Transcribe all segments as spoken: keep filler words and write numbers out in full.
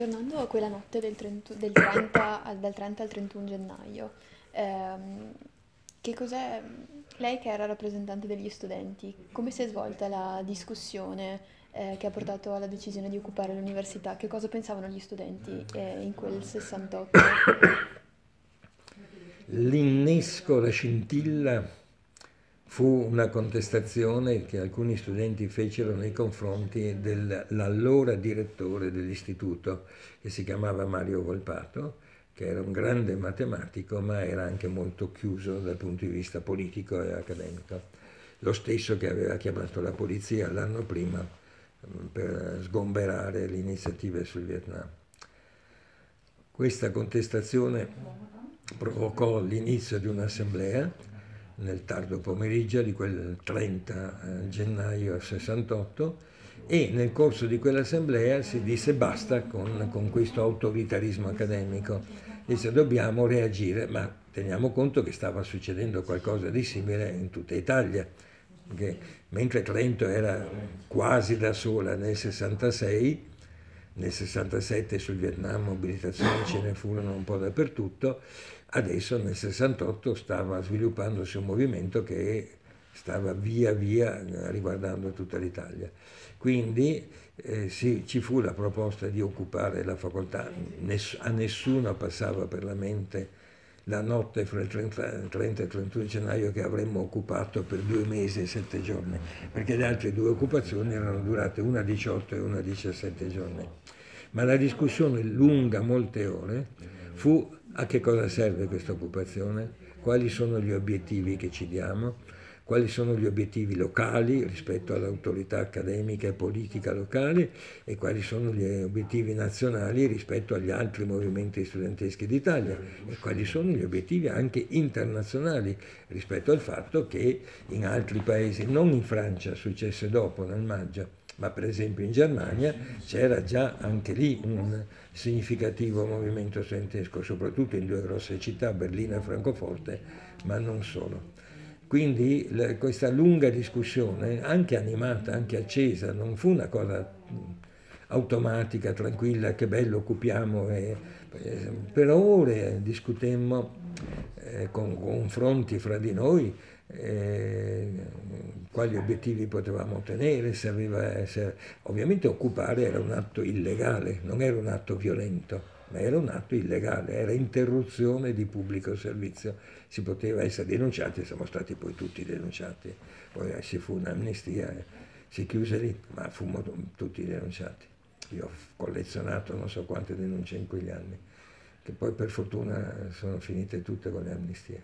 Tornando a quella notte del, trenta, del trenta al, dal trenta al trentuno gennaio, ehm, che cos'è, lei che era rappresentante degli studenti, come si è svolta la discussione eh, che ha portato alla decisione di occupare l'università? Che cosa pensavano gli studenti eh, in quel sessantotto? L'innesco, la scintilla fu una contestazione che alcuni studenti fecero nei confronti dell'allora direttore dell'istituto, che si chiamava Mario Volpato, che era un grande matematico, ma era anche molto chiuso dal punto di vista politico e accademico. Lo stesso che aveva chiamato la polizia l'anno prima mm, per sgomberare le iniziative sul Vietnam. Questa contestazione provocò l'inizio di un'assemblea nel tardo pomeriggio di quel trenta gennaio sessantotto e nel corso di quell'assemblea si disse basta con, con questo autoritarismo accademico, dice dobbiamo reagire, ma teniamo conto che stava succedendo qualcosa di simile in tutta Italia, perché mentre Trento era quasi da sola nel sessantasei, nel sessantasette sul Vietnam mobilitazioni ce ne furono un po' dappertutto, adesso nel sessantotto stava sviluppandosi un movimento che stava via via riguardando tutta l'Italia. Quindi eh, sì, ci fu la proposta di occupare la facoltà, Ness- a nessuno passava per la mente la notte fra il trenta, trenta e il trentuno gennaio che avremmo occupato per due mesi e sette giorni, perché le altre due occupazioni erano durate una diciotto e una diciassette giorni. Ma la discussione lunga molte ore fu a che cosa serve questa occupazione, quali sono gli obiettivi che ci diamo, quali sono gli obiettivi locali rispetto all'autorità accademica e politica locale e quali sono gli obiettivi nazionali rispetto agli altri movimenti studenteschi d'Italia e quali sono gli obiettivi anche internazionali rispetto al fatto che in altri paesi, non in Francia, successe dopo nel maggio, ma per esempio in Germania c'era già anche lì un significativo movimento studentesco, soprattutto in due grosse città, Berlino e Francoforte, ma non solo. Quindi le, questa lunga discussione, anche animata, anche accesa, non fu una cosa automatica, tranquilla, che bello occupiamo, e, eh, per ore discutemmo eh, con confronti fra di noi eh, quali obiettivi potevamo ottenere, se aveva, se, ovviamente occupare era un atto illegale, non era un atto violento, ma era un atto illegale, era interruzione di pubblico servizio, si poteva essere denunciati, siamo stati poi tutti denunciati, poi ci fu un'amnistia, si chiuse lì, ma fummo tutti denunciati. Io ho collezionato non so quante denunce in quegli anni, che poi per fortuna sono finite tutte con le amnistie.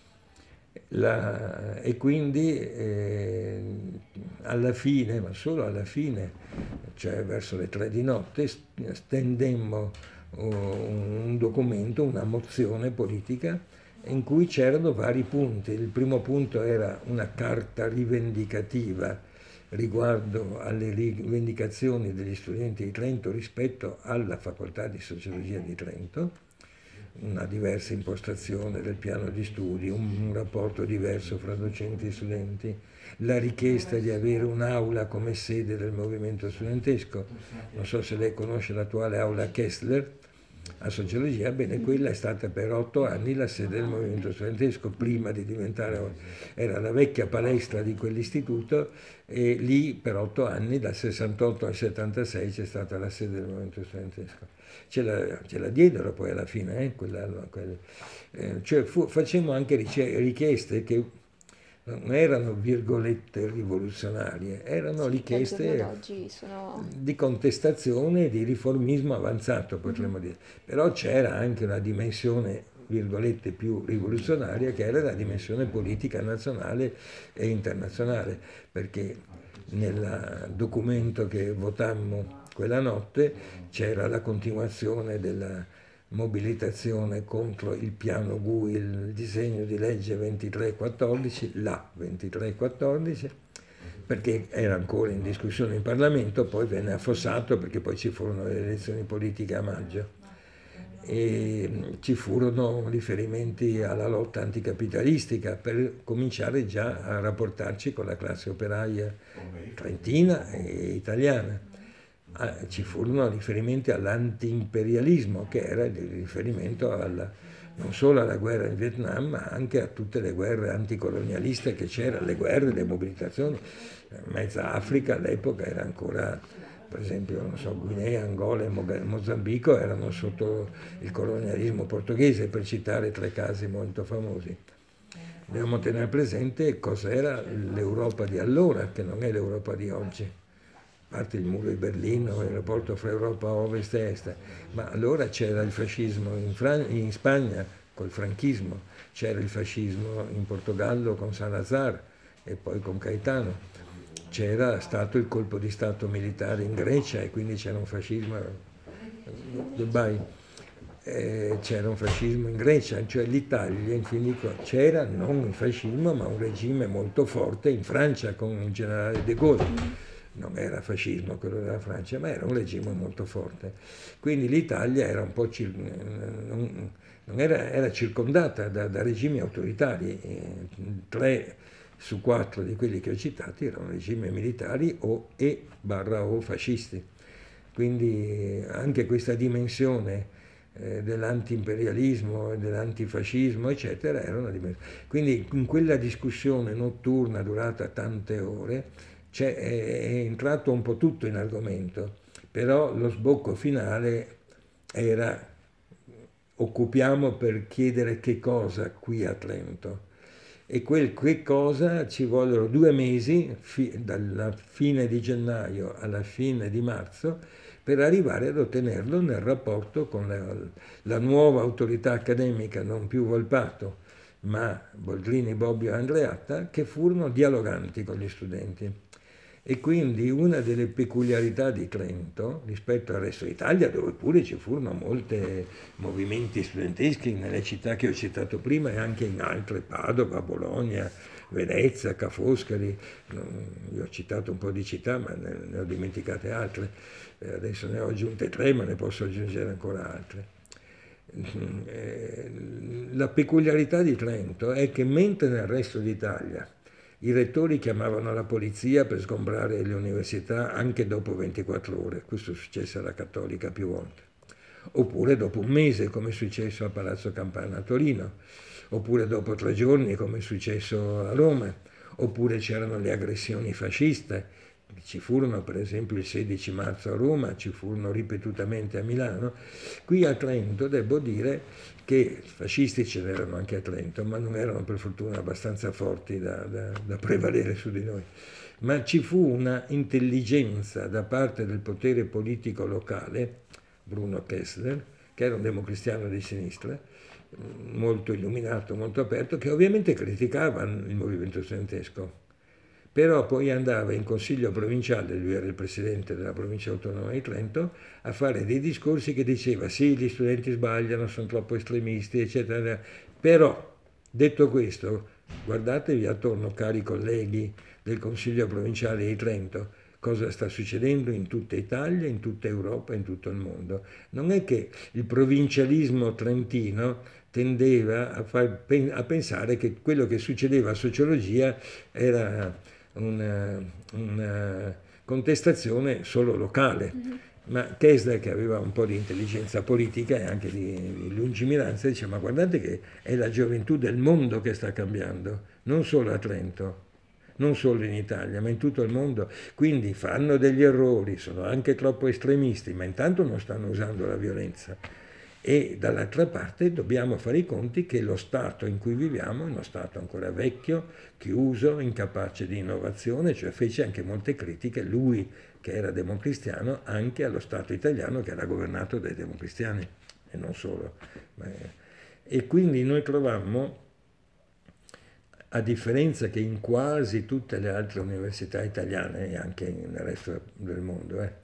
La, e quindi eh, alla fine, ma solo alla fine, cioè verso le tre di notte, stendemmo un documento, una mozione politica in cui c'erano vari punti. Il primo punto era una carta rivendicativa riguardo alle rivendicazioni degli studenti di Trento rispetto alla facoltà di sociologia di Trento, una diversa impostazione del piano di studi, un rapporto diverso fra docenti e studenti, la richiesta di avere un'aula come sede del movimento studentesco. Non so se lei conosce l'attuale aula Kessler a sociologia, bene, quella è stata per otto anni la sede del movimento studentesco, prima di diventare, era la vecchia palestra di quell'istituto e lì per otto anni, dal sessantotto al settantasei, c'è stata la sede del movimento studentesco. Ce la, ce la diedero poi alla fine, eh, quella, quella, eh, cioè fu, facemmo anche richieste che non erano virgolette rivoluzionarie, erano Sì, che al giorno richieste d'oggi sono... di contestazione, di riformismo avanzato, Mhm. potremmo dire. Però c'era anche una dimensione, virgolette, più rivoluzionaria, che era la dimensione politica nazionale e internazionale, perché nel documento che votammo quella notte c'era la continuazione della mobilitazione contro il piano G U I, il disegno di legge ventitré quattordici, la ventitré quattordici, perché era ancora in discussione in Parlamento, poi venne affossato perché poi ci furono le elezioni politiche a maggio e ci furono riferimenti alla lotta anticapitalistica per cominciare già a rapportarci con la classe operaia trentina e italiana. ci furono riferimenti all'anti-imperialismo, che era il riferimento alla, non solo alla guerra in Vietnam, ma anche a tutte le guerre anticolonialiste che c'erano, le guerre, le mobilitazioni. Mezza Africa all'epoca era ancora, per esempio, non so, Guinea, Angola e Mozambico erano sotto il colonialismo portoghese, per citare tre casi molto famosi. Dobbiamo tenere presente cos'era l'Europa di allora, che non è l'Europa di oggi. A parte il muro di Berlino, il rapporto fra Europa Ovest e Est, ma allora c'era il fascismo in, Fran- in Spagna col franchismo, c'era il fascismo in Portogallo con Salazar e poi con Caetano, c'era stato il colpo di stato militare in Grecia e quindi c'era un fascismo, Dubai, eh, c'era un fascismo in Grecia, cioè l'Italia, in fin di conti, c'era non un fascismo ma un regime molto forte in Francia con il generale de Gaulle. Non era fascismo quello della Francia, ma era un regime molto forte. Quindi l'Italia era un po' cir- non, non era, era circondata da, da regimi autoritari. Tre su quattro di quelli che ho citati erano regimi militari o e barra o fascisti. Quindi anche questa dimensione eh, dell'anti-imperialismo e dell'antifascismo, eccetera, era una dimensione. Quindi in quella discussione notturna durata tante ore, C'è, è entrato un po' tutto in argomento, però lo sbocco finale era occupiamo per chiedere che cosa qui a Trento. E quel che cosa ci vollero due mesi, fi, dalla fine di gennaio alla fine di marzo, per arrivare ad ottenerlo nel rapporto con la, la nuova autorità accademica, non più Volpato, ma Boldrini, Bobbio e Andreatta, che furono dialoganti con gli studenti. E quindi una delle peculiarità di Trento rispetto al resto d'Italia, dove pure ci furono molti movimenti studenteschi nelle città che ho citato prima e anche in altre, Padova, Bologna, Venezia, Ca' Foscari, io ho citato un po' di città ma ne, ne ho dimenticate altre, adesso ne ho aggiunte tre ma ne posso aggiungere ancora altre. La peculiarità di Trento è che mentre nel resto d'Italia i rettori chiamavano la polizia per sgombrare le università anche dopo ventiquattro ore, questo successe alla Cattolica più volte, oppure dopo un mese come è successo a Palazzo Campana a Torino, oppure dopo tre giorni come è successo a Roma, oppure c'erano le aggressioni fasciste, ci furono per esempio il sedici marzo a Roma, ci furono ripetutamente a Milano. Qui a Trento devo dire che fascisti ce n'erano anche a Trento, ma non erano per fortuna abbastanza forti da, da, da prevalere su di noi. Ma ci fu una intelligenza da parte del potere politico locale, Bruno Kessler, che era un democristiano di sinistra, molto illuminato, molto aperto, che ovviamente criticava il movimento studentesco. Però poi andava in consiglio provinciale, lui era il presidente della provincia autonoma di Trento, a fare dei discorsi che diceva sì, gli studenti sbagliano, sono troppo estremisti, eccetera. Però, detto questo, guardatevi attorno, cari colleghi del consiglio provinciale di Trento, cosa sta succedendo in tutta Italia, in tutta Europa, in tutto il mondo. Non è che il provincialismo trentino tendeva a, far, a pensare che quello che succedeva a sociologia era una, una contestazione solo locale, mm-hmm. Ma Kessler, che aveva un po' di intelligenza politica e anche di, di lungimiranza, dice ma guardate che è la gioventù del mondo che sta cambiando, non solo a Trento, non solo in Italia, ma in tutto il mondo, quindi fanno degli errori, sono anche troppo estremisti, ma intanto non stanno usando la violenza. E dall'altra parte dobbiamo fare i conti che lo Stato in cui viviamo è uno Stato ancora vecchio, chiuso, incapace di innovazione, cioè fece anche molte critiche, lui che era democristiano, anche allo Stato italiano che era governato dai democristiani e non solo. E quindi noi trovammo, a differenza che in quasi tutte le altre università italiane e anche nel resto del mondo, eh,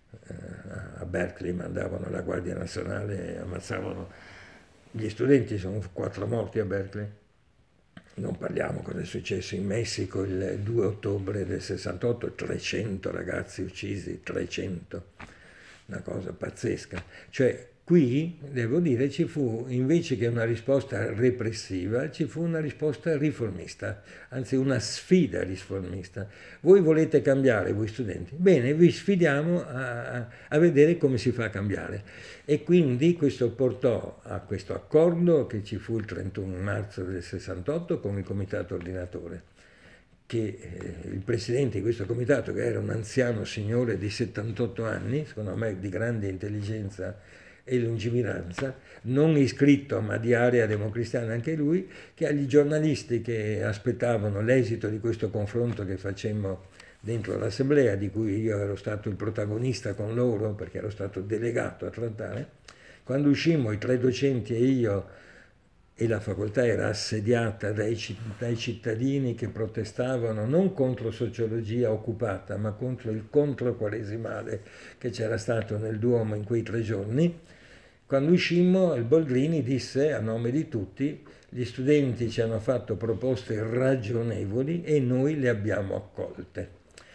a Berkeley mandavano la Guardia Nazionale e ammazzavano gli studenti, sono quattro morti a Berkeley. Non parliamo cosa è successo in Messico il due ottobre del sessantotto, trecento ragazzi uccisi, trecento, una cosa pazzesca. Cioè Qui, devo dire, ci fu, invece che una risposta repressiva, ci fu una risposta riformista, anzi una sfida riformista. Voi volete cambiare, voi studenti? Bene, vi sfidiamo a, a vedere come si fa a cambiare. E quindi questo portò a questo accordo che ci fu il trentuno marzo del sessantotto con il comitato ordinatore, che eh, il presidente di questo comitato, che era un anziano signore di settantotto anni, secondo me di grande intelligenza e lungimiranza, non iscritto ma di area democristiana anche lui, che agli giornalisti che aspettavano l'esito di questo confronto che facemmo dentro l'assemblea, di cui io ero stato il protagonista con loro perché ero stato delegato a trattare, quando uscimmo i tre docenti e io, e la facoltà era assediata dai, dai cittadini che protestavano non contro sociologia occupata, ma contro il controquaresimale che c'era stato nel Duomo in quei tre giorni. Quando uscimmo, il Boldrini disse a nome di tutti: gli studenti ci hanno fatto proposte ragionevoli e noi le abbiamo accolte.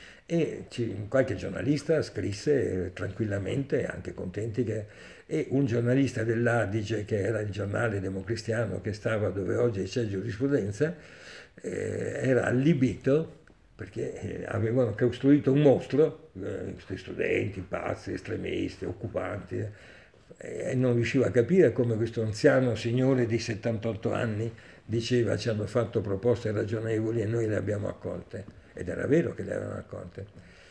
E ci, qualche giornalista scrisse tranquillamente, anche contenti che... E un giornalista dell'Adige, che era il giornale democristiano che stava dove oggi c'è giurisprudenza, eh, era allibito perché eh, avevano costruito un mostro, eh, questi studenti pazzi, estremisti, occupanti, eh, e non riusciva a capire come questo anziano signore di settantotto anni diceva: ci hanno fatto proposte ragionevoli e noi le abbiamo accolte. Ed era vero che le avevano accolte.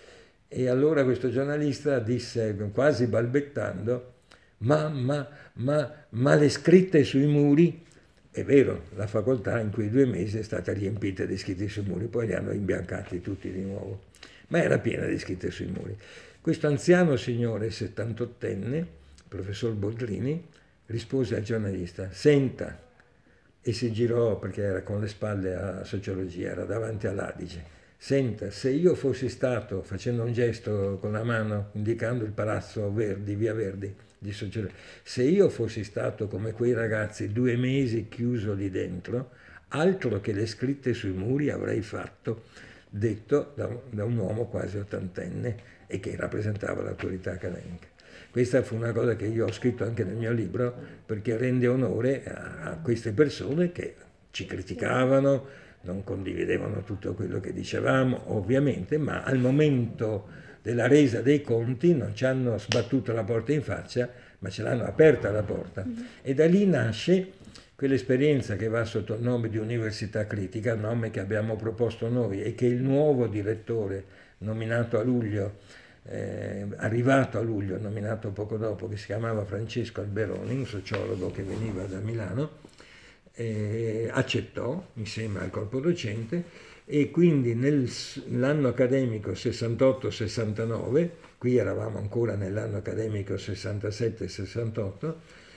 E allora questo giornalista disse, quasi balbettando: ma, ma, ma, ma le scritte sui muri? È vero, la facoltà in quei due mesi è stata riempita di scritte sui muri, poi li hanno imbiancati tutti di nuovo, ma era piena di scritte sui muri. Questo anziano signore settantottenne, il professor Boldrini, rispose al giornalista: senta, e si girò perché era con le spalle a sociologia, era davanti all'Adige: senta, se io fossi stato, facendo un gesto con la mano indicando il palazzo Verdi, via Verdi di sociologia, se io fossi stato come quei ragazzi due mesi chiuso lì dentro, altro che le scritte sui muri avrei fatto, detto da un, da un uomo quasi ottantenne e che rappresentava l'autorità accademica. Questa fu una cosa che io ho scritto anche nel mio libro, perché rende onore a, a queste persone che ci criticavano, non condividevano tutto quello che dicevamo, ovviamente, ma al momento della resa dei conti non ci hanno sbattuto la porta in faccia, ma ce l'hanno aperta la porta. Mm-hmm. E da lì nasce quell'esperienza che va sotto il nome di Università Critica, il nome che abbiamo proposto noi e che il nuovo direttore, nominato a luglio, eh, arrivato a luglio, nominato poco dopo, che si chiamava Francesco Alberoni, un sociologo che veniva da Milano, eh, accettò insieme al corpo docente. E quindi nell'anno accademico sessantotto sessantanove, qui eravamo ancora nell'anno accademico sessantasette sessantotto,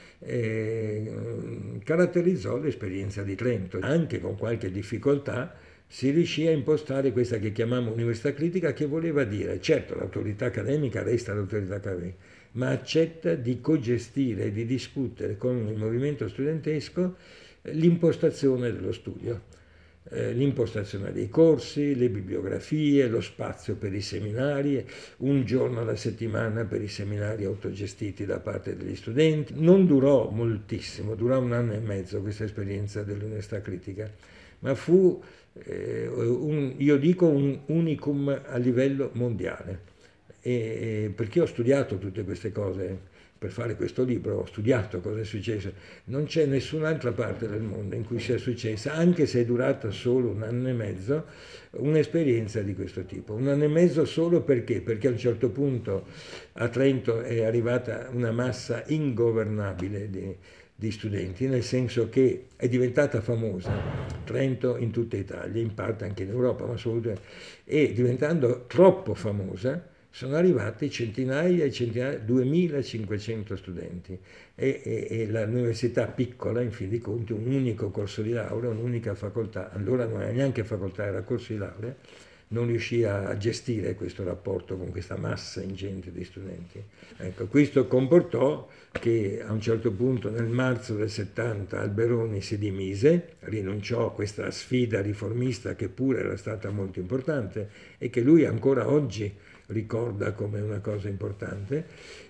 eh, caratterizzò l'esperienza di Trento. Anche con qualche difficoltà si riuscì a impostare questa che chiamiamo Università Critica, che voleva dire: certo, l'autorità accademica resta l'autorità accademica, ma accetta di cogestire e di discutere con il movimento studentesco l'impostazione dello studio. Eh, l'impostazione dei corsi, le bibliografie, lo spazio per i seminari, un giorno alla settimana per i seminari autogestiti da parte degli studenti. Non durò moltissimo, durò un anno e mezzo questa esperienza dell'Università Critica, ma fu, eh, un, io dico, un unicum a livello mondiale, e, e perché ho studiato tutte queste cose. Per fare questo libro ho studiato cosa è successo. Non c'è nessun'altra parte del mondo in cui sia successa, anche se è durata solo un anno e mezzo, un'esperienza di questo tipo. Un anno e mezzo solo perché? Perché a un certo punto a Trento è arrivata una massa ingovernabile di, di studenti, nel senso che è diventata famosa Trento in tutta Italia, in parte anche in Europa, ma soprattutto, e diventando troppo famosa sono arrivati centinaia e centinaia, duemilacinquecento studenti, e, e, e l'università piccola, in fin dei conti, un unico corso di laurea, un'unica facoltà, allora non era neanche facoltà, era corso di laurea, non riuscì a gestire questo rapporto con questa massa ingente di studenti. Ecco, questo comportò che a un certo punto, nel marzo del settanta, Alberoni si dimise, rinunciò a questa sfida riformista che pure era stata molto importante e che lui ancora oggi ricorda come una cosa importante,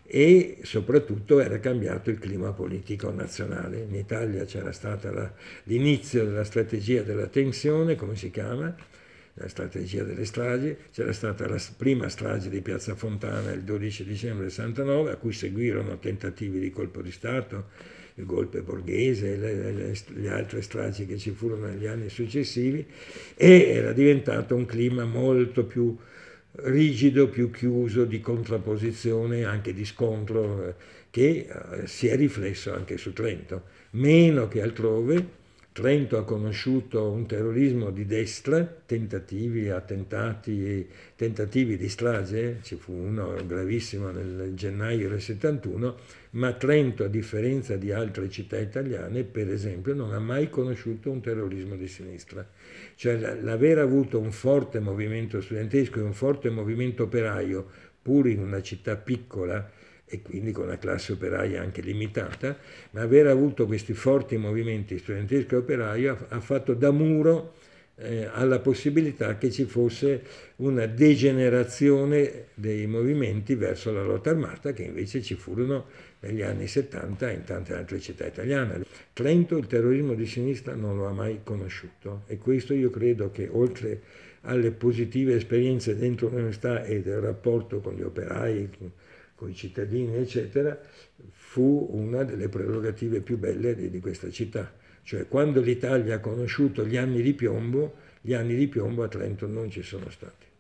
e soprattutto era cambiato il clima politico nazionale. In Italia c'era stato la, l'inizio della strategia della tensione, come si chiama, la strategia delle stragi, c'era stata la prima strage di Piazza Fontana il dodici dicembre del sessantanove, a cui seguirono tentativi di colpo di Stato, il golpe borghese, le, le, le altre stragi che ci furono negli anni successivi, e era diventato un clima molto più rigido, più chiuso, di contrapposizione, anche di scontro, eh, che eh, si è riflesso anche su Trento, meno che altrove. Trento ha conosciuto un terrorismo di destra, tentativi, attentati, tentativi di strage, ci fu uno gravissimo nel gennaio del settantuno, ma Trento, a differenza di altre città italiane, per esempio, non ha mai conosciuto un terrorismo di sinistra. Cioè l'aver avuto un forte movimento studentesco e un forte movimento operaio, pur in una città piccola, e quindi con una classe operaia anche limitata, ma aver avuto questi forti movimenti studentesco e operaio ha, ha fatto da muro eh, alla possibilità che ci fosse una degenerazione dei movimenti verso la lotta armata, che invece ci furono negli anni settanta in tante altre città italiane. Trento il terrorismo di sinistra non lo ha mai conosciuto, e questo io credo che, oltre alle positive esperienze dentro l'università e del rapporto con gli operai, con i cittadini, eccetera, fu una delle prerogative più belle di, di questa città. Cioè, quando l'Italia ha conosciuto gli anni di piombo, gli anni di piombo a Trento non ci sono stati.